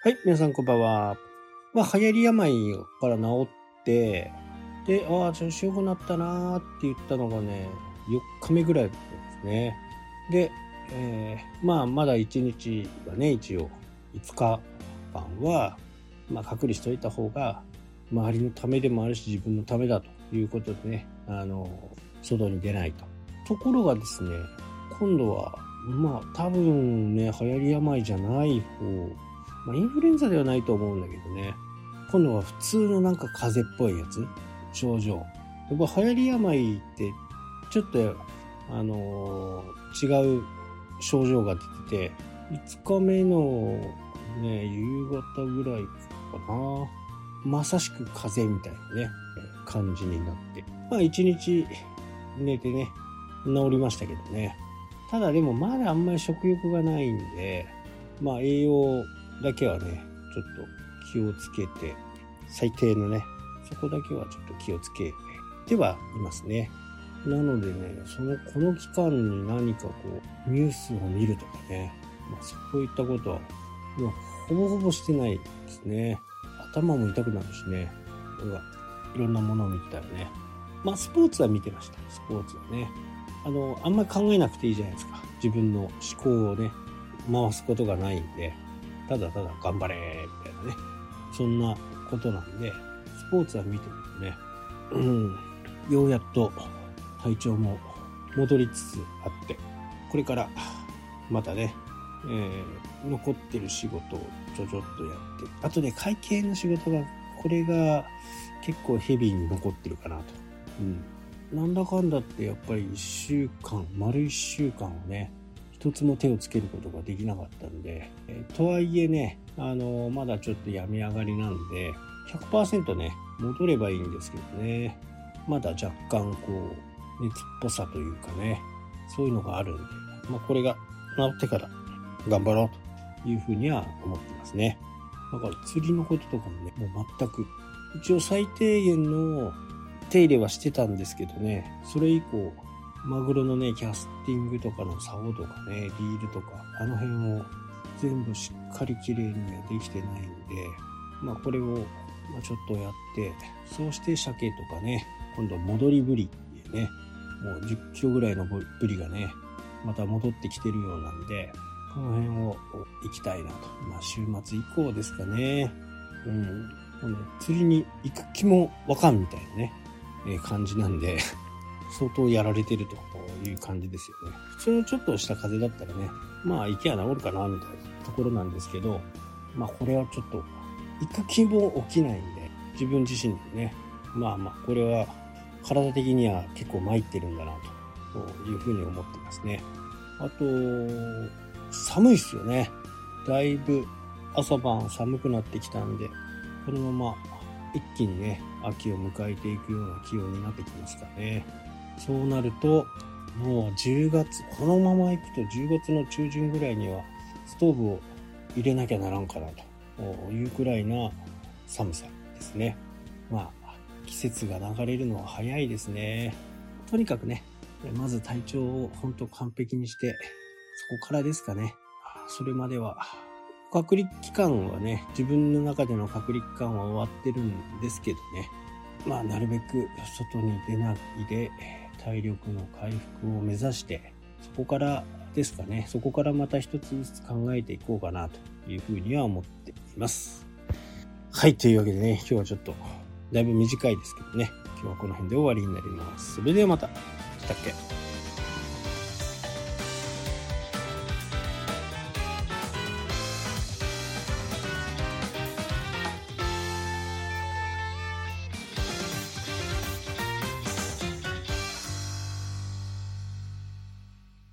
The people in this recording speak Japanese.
はい、皆さんこんばんは。流行り病から治って、で、調子良くなったなーって言ったのがね、4日目ぐらいですね。で、まだ1日はね、一応5日間は、隔離しといた方が、周りのためでもあるし、自分のためだということでね、外に出ないと。ところがですね、今度は、多分ね、流行り病じゃない方、インフルエンザではないと思うんだけどね、今度は普通のなんか風邪っぽいやつ、症状。やっぱ流行り病ってちょっと違う症状が出てて、5日目のね夕方ぐらいかな、まさしく風邪みたいなね感じになって、1日寝てね治りましたけどね。ただでもまだあんまり食欲がないんで、栄養だけはねちょっと気をつけて、最低のねそこだけはちょっと気をつけてはいますね。なのでね、この期間に何かニュースを見るとかね、そういったことはほぼほぼしてないですね。頭も痛くなるしね、いろんなものを見てたらね。スポーツは見てました。スポーツはね、あんまり考えなくていいじゃないですか。自分の思考をね回すことがないんで、ただただ頑張れみたいなね、そんなことなんで、スポーツは見てるんでね、ようやっと体調も戻りつつあって、これからまたね、残ってる仕事をちょっとやって、あとね会計の仕事が、これが結構ヘビーに残ってるかなと。なんだかんだってやっぱり丸1週間をね一つも手をつけることができなかったんで、とはいえね、まだちょっと病み上がりなんで 100% ね戻ればいいんですけどね、まだ若干熱っぽさというかね、そういうのがあるんで、これが治ってから頑張ろうというふうには思ってますね。だから釣りのこととかもね、もう全く、一応最低限の手入れはしてたんですけどね、それ以降マグロのねキャスティングとかの竿とかね、リールとかあの辺を全部しっかり綺麗にはできてないんで、これをちょっとやって、そうして鮭とかね、今度戻りブリってね、もう10キロぐらいのブリがねまた戻ってきてるようなんで、この辺を行きたいなと。週末以降ですかね。釣りに行く気もわかんみたいなね、感じなんで相当やられてるという感じですよね。普通のちょっとした風邪だったらね、行けば治るかなみたいなところなんですけど、これはちょっと行く気も起きないんで、自分自身でね、これは体的には結構参ってるんだなというふうに思ってますね。あと寒いっすよね。だいぶ朝晩寒くなってきたんで、このまま一気にね秋を迎えていくような気温になってきますかね。そうなるともう10月、このままいくと10月の中旬ぐらいにはストーブを入れなきゃならんかなというくらいな寒さですね。季節が流れるのは早いですね。とにかくね、まず体調を本当完璧にして、そこからですかね。それまでは隔離期間はね、自分の中での隔離期間は終わってるんですけどね、なるべく外に出ないで体力の回復を目指して、そこからですかね、そこからまた一つずつ考えていこうかなというふうには思っています。はい、というわけでね、今日はちょっとだいぶ短いですけどね、今日はこの辺で終わりになります。それではまた。したっけ。